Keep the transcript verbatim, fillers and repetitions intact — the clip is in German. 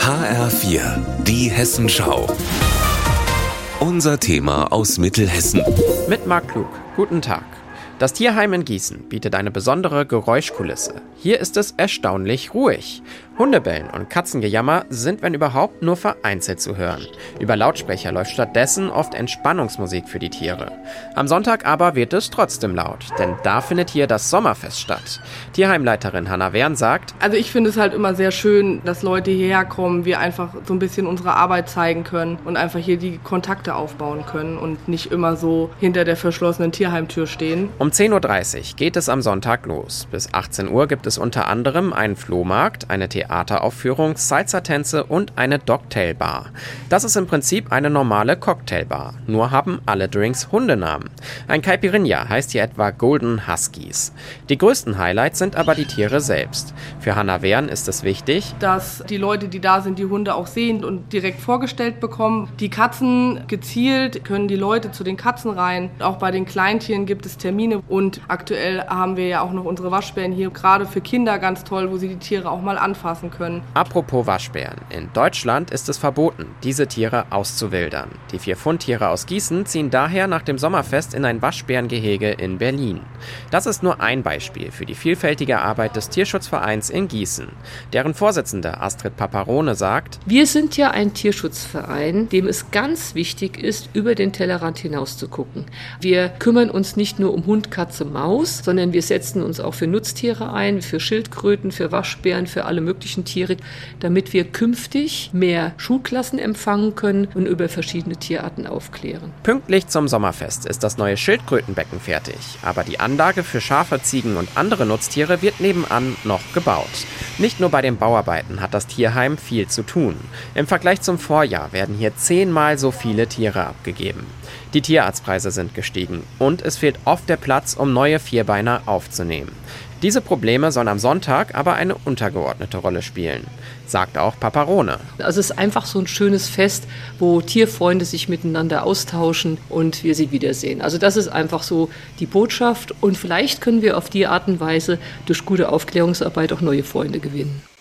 H R vier, die Hessenschau. Unser Thema aus Mittelhessen. Mit Marc Klug. Guten Tag. Das Tierheim in Gießen bietet eine besondere Geräuschkulisse. Hier ist es erstaunlich ruhig. Hundebellen und Katzengejammer sind, wenn überhaupt, nur vereinzelt zu hören. Über Lautsprecher läuft stattdessen oft Entspannungsmusik für die Tiere. Am Sonntag aber wird es trotzdem laut, denn da findet hier das Sommerfest statt. Tierheimleiterin Hanna Wern sagt: Also ich finde es halt immer sehr schön, dass Leute hierher kommen, wir einfach so ein bisschen unsere Arbeit zeigen können und einfach hier die Kontakte aufbauen können und nicht immer so hinter der verschlossenen Tierheimtür stehen. Um zehn Uhr dreißig geht es am Sonntag los. Bis achtzehn Uhr gibt es unter anderem einen Flohmarkt, eine Theateraufführung, Salsa-Tänze und eine Dogtail-Bar. Das ist im Prinzip eine normale Cocktailbar, nur haben alle Drinks Hundenamen. Ein Caipirinha heißt hier etwa Golden Huskies. Die größten Highlights sind aber die Tiere selbst. Für Hanna Wern ist es wichtig, dass die Leute, die da sind, die Hunde auch sehen und direkt vorgestellt bekommen. Die Katzen gezielt können die Leute zu den Katzen rein. Auch bei den Kleintieren gibt es Termine und aktuell haben wir ja auch noch unsere Waschbären hier, gerade für Kinder ganz toll, wo sie die Tiere auch mal anfassen können. Apropos Waschbären. In Deutschland ist es verboten, diese Tiere auszuwildern. Die vier Fundtiere aus Gießen ziehen daher nach dem Sommerfest in ein Waschbärengehege in Berlin. Das ist nur ein Beispiel für die vielfältige Arbeit des Tierschutzvereins in Gießen. Deren Vorsitzende Astrid Paparone sagt: Wir sind ja ein Tierschutzverein, dem es ganz wichtig ist, über den Tellerrand hinaus zu gucken. Wir kümmern uns nicht nur um Hund, Katze, Maus, sondern wir setzen uns auch für Nutztiere ein, für Schildkröten, für Waschbären, für alle möglichen Tiere, damit wir künftig mehr Schulklassen empfangen können und über verschiedene Tierarten aufklären. Pünktlich zum Sommerfest ist das neue Schildkrötenbecken fertig, aber die Anlage für Schafe, Ziegen und andere Nutztiere wird nebenan noch gebaut. Nicht nur bei den Bauarbeiten hat das Tierheim viel zu tun. Im Vergleich zum Vorjahr werden hier zehnmal so viele Tiere abgegeben. Die Tierarztpreise sind gestiegen und es fehlt oft der Platz, um neue Vierbeiner aufzunehmen. Diese Probleme sollen am Sonntag aber eine untergeordnete Rolle spielen, sagt auch Paparone. Also es ist einfach so ein schönes Fest, wo Tierfreunde sich miteinander austauschen und wir sie wiedersehen. Also das ist einfach so die Botschaft und vielleicht können wir auf die Art und Weise durch gute Aufklärungsarbeit auch neue Freunde gewinnen.